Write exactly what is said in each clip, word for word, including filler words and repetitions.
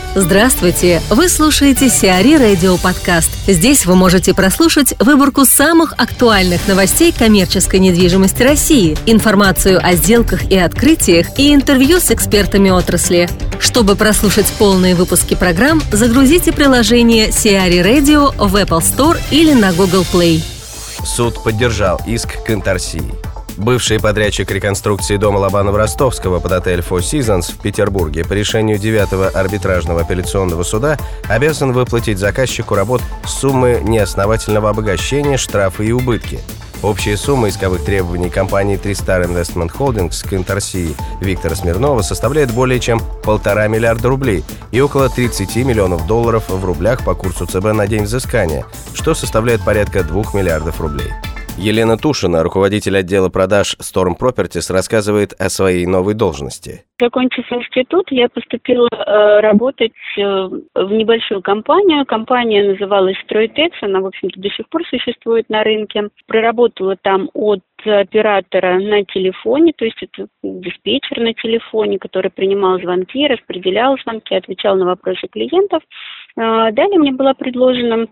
Здравствуйте! Вы слушаете Сиари Радио Подкаст. Здесь вы можете прослушать выборку самых актуальных новостей коммерческой недвижимости России, информацию о сделках и открытиях и интервью с экспертами отрасли. Чтобы прослушать полные выпуски программ, загрузите приложение Сиари Radio в Apple Store или на Google Play. Суд поддержал иск к Интарсии. Бывший подрядчик реконструкции дома Лобанова-Ростовского под отель Four Seasons в Петербурге по решению девятого арбитражного апелляционного суда обязан выплатить заказчику работ суммы неосновательного обогащения, штрафы и убытки. Общая сумма исковых требований компании три стар Investment Holdings к Интарсии Виктора Смирнова составляет более чем полтора миллиарда рублей и около тридцать миллионов долларов в рублях по курсу ЦБ на день взыскания, что составляет порядка двух миллиардов рублей. Елена Тушина, руководитель отдела продаж Storm Properties, рассказывает о своей новой должности. Закончив институт, я поступила э, работать э, в небольшую компанию. Компания называлась «Стройтекс», она, в общем-то, до сих пор существует на рынке. Проработала там от оператора на телефоне, то есть это диспетчер на телефоне, который принимал звонки, распределял звонки, отвечал на вопросы клиентов. Э, далее мне была предложена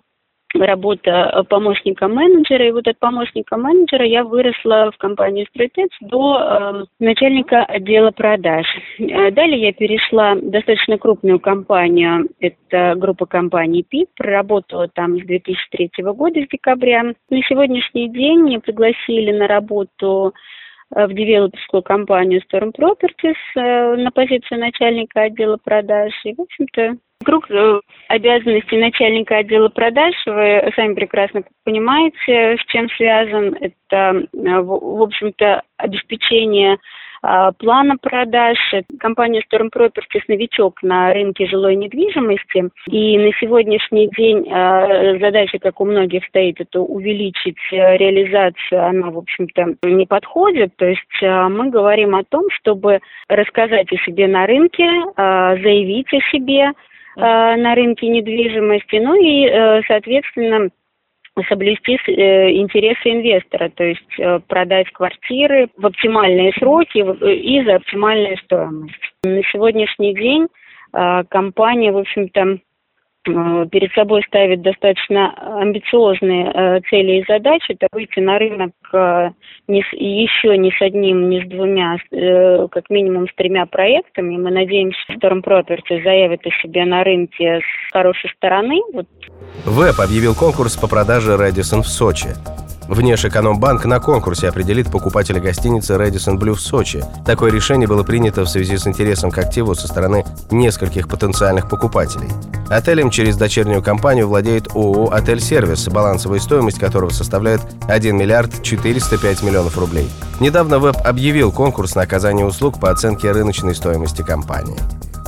работа помощника менеджера, и вот от помощника менеджера я выросла в компании «Стройтекс» до э, начальника отдела продаж. Далее я перешла в достаточно крупную компанию, это группа компаний ПИК, проработала там с две тысячи третьего года, с декабря. На сегодняшний день меня пригласили на работу в девелоперскую компанию Storm Properties э, на позицию начальника отдела продаж, и, в общем-то, круг обязанностей начальника отдела продаж, вы сами прекрасно понимаете, с чем связан. Это, в общем-то, обеспечение плана продаж. Компания Storm Properties новичок на рынке жилой недвижимости. И на сегодняшний день задача, как у многих стоит, это увеличить реализацию. Она, в общем-то, не подходит. То есть мы говорим о том, чтобы рассказать о себе на рынке, заявить о себе на рынке недвижимости, ну и, соответственно, соблюсти интересы инвестора, то есть продать квартиры в оптимальные сроки и за оптимальную стоимость. На сегодняшний день компания, в общем-то, перед собой ставит достаточно амбициозные цели и задачи. Это выйти на рынок не с, еще не с одним, не с двумя, как минимум с тремя проектами. Мы надеемся, что Storm Properties заявит о себе на рынке с хорошей стороны. Вот. ВЭП объявил конкурс по продаже Рэдиссон в Сочи. Внешэкономбанк на конкурсе определит покупателя гостиницы Рэдиссон Блю в Сочи. Такое решение было принято в связи с интересом к активу со стороны нескольких потенциальных покупателей. Отелем через дочернюю компанию владеет ООО «Отель-сервис», балансовая стоимость которого составляет один миллиард четыреста пять миллионов рублей. Недавно ВЭП объявил конкурс на оказание услуг по оценке рыночной стоимости компании.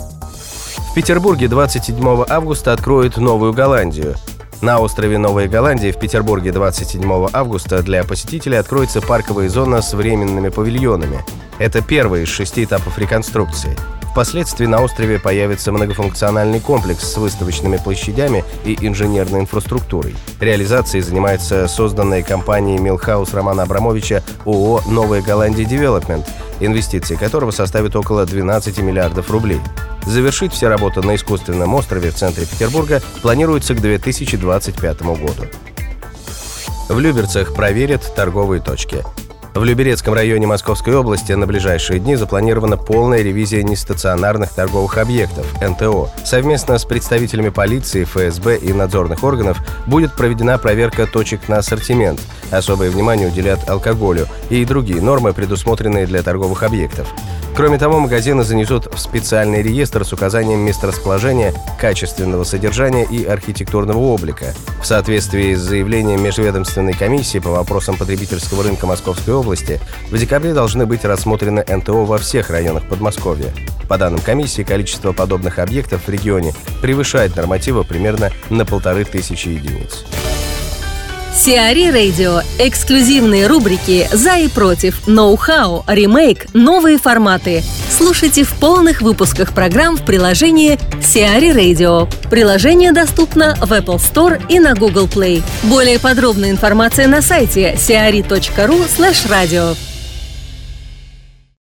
В Петербурге двадцать седьмого августа откроют Новую Голландию. На острове Новая Голландия в Петербурге двадцать седьмого августа для посетителей откроется парковая зона с временными павильонами. Это первый из шести этапов реконструкции. Впоследствии на острове появится многофункциональный комплекс с выставочными площадями и инженерной инфраструктурой. Реализацией занимается созданная компанией Милхаус Романа Абрамовича ООО «Новая Голландия Девелопмент», инвестиции которого составят около двенадцать миллиардов рублей. Завершить все работы на искусственном острове в центре Петербурга планируется к две тысячи двадцать пятому году. В Люберцах проверят торговые точки. В Люберецком районе Московской области на ближайшие дни запланирована полная ревизия нестационарных торговых объектов (эн тэ о). Совместно с представителями полиции, эф эс бэ и надзорных органов будет проведена проверка точек на ассортимент. Особое внимание уделят алкоголю и другие нормы, предусмотренные для торговых объектов. Кроме того, магазины занесут в специальный реестр с указанием месторасположения, качественного содержания и архитектурного облика. В соответствии с заявлением Межведомственной комиссии по вопросам потребительского рынка Московской области, в декабре должны быть рассмотрены эн тэ о во всех районах Подмосковья. По данным комиссии, количество подобных объектов в регионе превышает нормативы примерно на полторы тысячи единиц. Сиари Radio. Эксклюзивные рубрики «За и против», «Ноу-хау», «Ремейк», «Новые форматы». Слушайте в полных выпусках программ в приложении Сиари Radio. Приложение доступно в Apple Store и на Google Play. Более подробная информация на сайте сиари точка ру слэш радио.